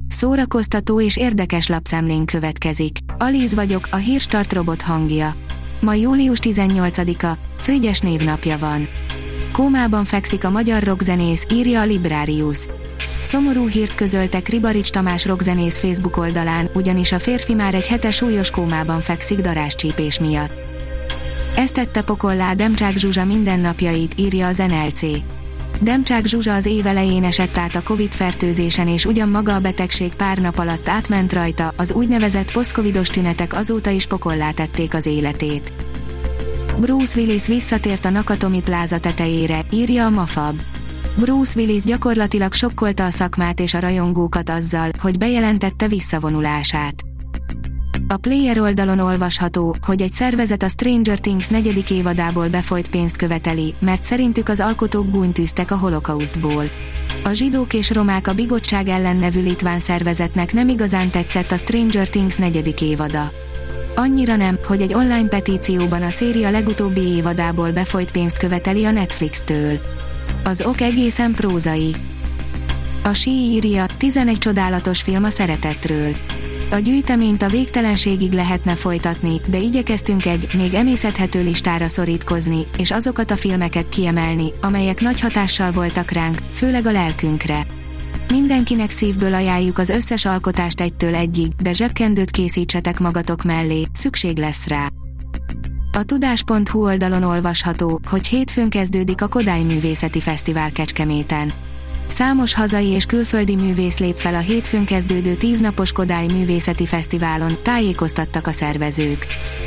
Szórakoztató és érdekes lapszemlén következik. Alíz vagyok, a Hírstart robot hangja. Ma július 18-a, Frigyes névnapja van. Kómában fekszik a magyar rockzenész, írja a Librarius. Szomorú hírt közöltek Ribarics Tamás rockzenész Facebook oldalán, ugyanis a férfi már egy hete súlyos kómában fekszik darázscsípés miatt. Ezt tette pokollá Demcsák Zsuzsa mindennapjait, írja az NLC. Demcsák Zsuzsa az év elején esett át a Covid-fertőzésen, és ugyan maga a betegség pár nap alatt átment rajta, az úgynevezett posztcovidos tünetek azóta is pokollá tették az életét. Bruce Willis visszatért a Nakatomi Plaza tetejére, írja a Mafab. Bruce Willis gyakorlatilag sokkolta a szakmát és a rajongókat azzal, hogy bejelentette visszavonulását. A Player oldalon olvasható, hogy egy szervezet a Stranger Things 4. évadából befolyt pénzt követeli, mert szerintük az alkotók bújntűztek a holokausztból. A zsidók és romák a bigottság ellen nevű litván szervezetnek nem igazán tetszett a Stranger Things 4. évada. Annyira nem, hogy egy online petícióban a széria legutóbbi évadából befolyt pénzt követeli a Netflix-től. Az ok egészen prózai. A SI írja, 11 csodálatos film a szeretetről. A gyűjteményt a végtelenségig lehetne folytatni, de igyekeztünk egy, még emészhető listára szorítkozni, és azokat a filmeket kiemelni, amelyek nagy hatással voltak ránk, főleg a lelkünkre. Mindenkinek szívből ajánljuk az összes alkotást 1-től 1-ig, de zsebkendőt készítsetek magatok mellé, szükség lesz rá. A tudás.hu oldalon olvasható, hogy hétfőn kezdődik a Kodály Művészeti Fesztivál Kecskeméten. Számos hazai és külföldi művész lép fel a hétfőn kezdődő 10 napos Kodály Művészeti Fesztiválon, tájékoztattak a szervezők.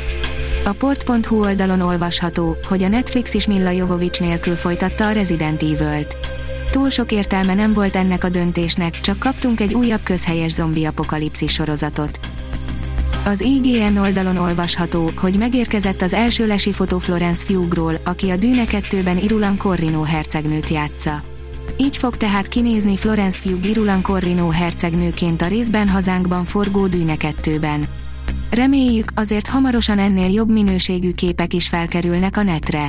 A port.hu oldalon olvasható, hogy a Netflix is Milla Jovovich nélkül folytatta a Resident Evil-t. Túl sok értelme nem volt ennek a döntésnek, csak kaptunk egy újabb közhelyes zombi apokalipszis sorozatot. Az IGN oldalon olvasható, hogy megérkezett az első lesi fotó Florence Pughról, aki a Dűne 2-ben Irulan Corrino hercegnőt játsza. Így fog tehát kinézni Florence Pugh Irulan Corrino hercegnőként a részben hazánkban forgó Dűne 2-ben. Reméljük, azért hamarosan ennél jobb minőségű képek is felkerülnek a netre.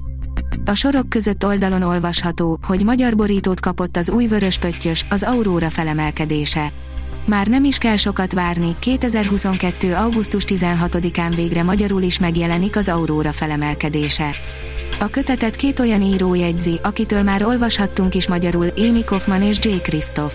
A sorok között oldalon olvasható, hogy magyar borítót kapott az új vöröspöttyös, az Aurora felemelkedése. Már nem is kell sokat várni, 2022. augusztus 16-án végre magyarul is megjelenik az Aurora felemelkedése. A kötetet 2 olyan író jegyzi, akitől már olvashattunk is magyarul, Amy Kaufman és Jay Krisztof.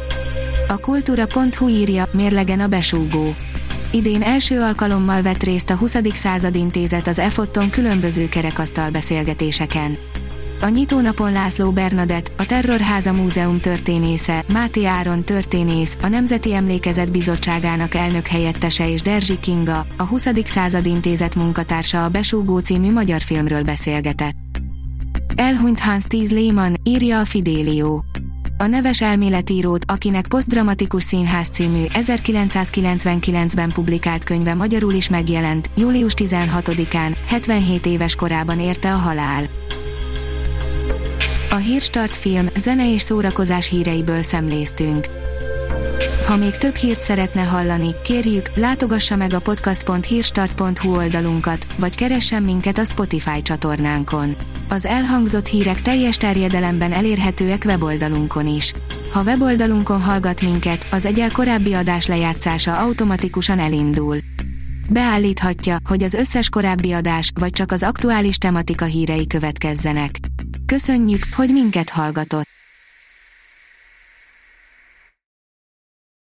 A kultúra.hu írja, mérlegen a besúgó. Idén első alkalommal vett részt a 20. század intézet az EFOT-on különböző kerekasztal beszélgetéseken. A nyitónapon László Bernadett, a Terrorháza Múzeum történésze, Máté Áron történész, a Nemzeti Emlékezet Bizottságának elnök helyettese és Derzsi Kinga, a 20. század intézet munkatársa a Besúgó című magyar filmről beszélgetett. Elhunyt Hans Thies Lehmann, írja a Fidelio. A neves elméletírót, akinek Posztdramatikus Színház című 1999-ben publikált könyve magyarul is megjelent, július 16-án, 77 éves korában érte a halál. A Hírstart film, zene és szórakozás híreiből szemléztünk. Ha még több hírt szeretne hallani, kérjük, látogassa meg a podcast.hírstart.hu oldalunkat, vagy keressen minket a Spotify csatornánkon. Az elhangzott hírek teljes terjedelemben elérhetőek weboldalunkon is. Ha weboldalunkon hallgat minket, az egyel korábbi adás lejátszása automatikusan elindul. Beállíthatja, hogy az összes korábbi adás, vagy csak az aktuális tematika hírei következzenek. Köszönjük, hogy minket hallgatott!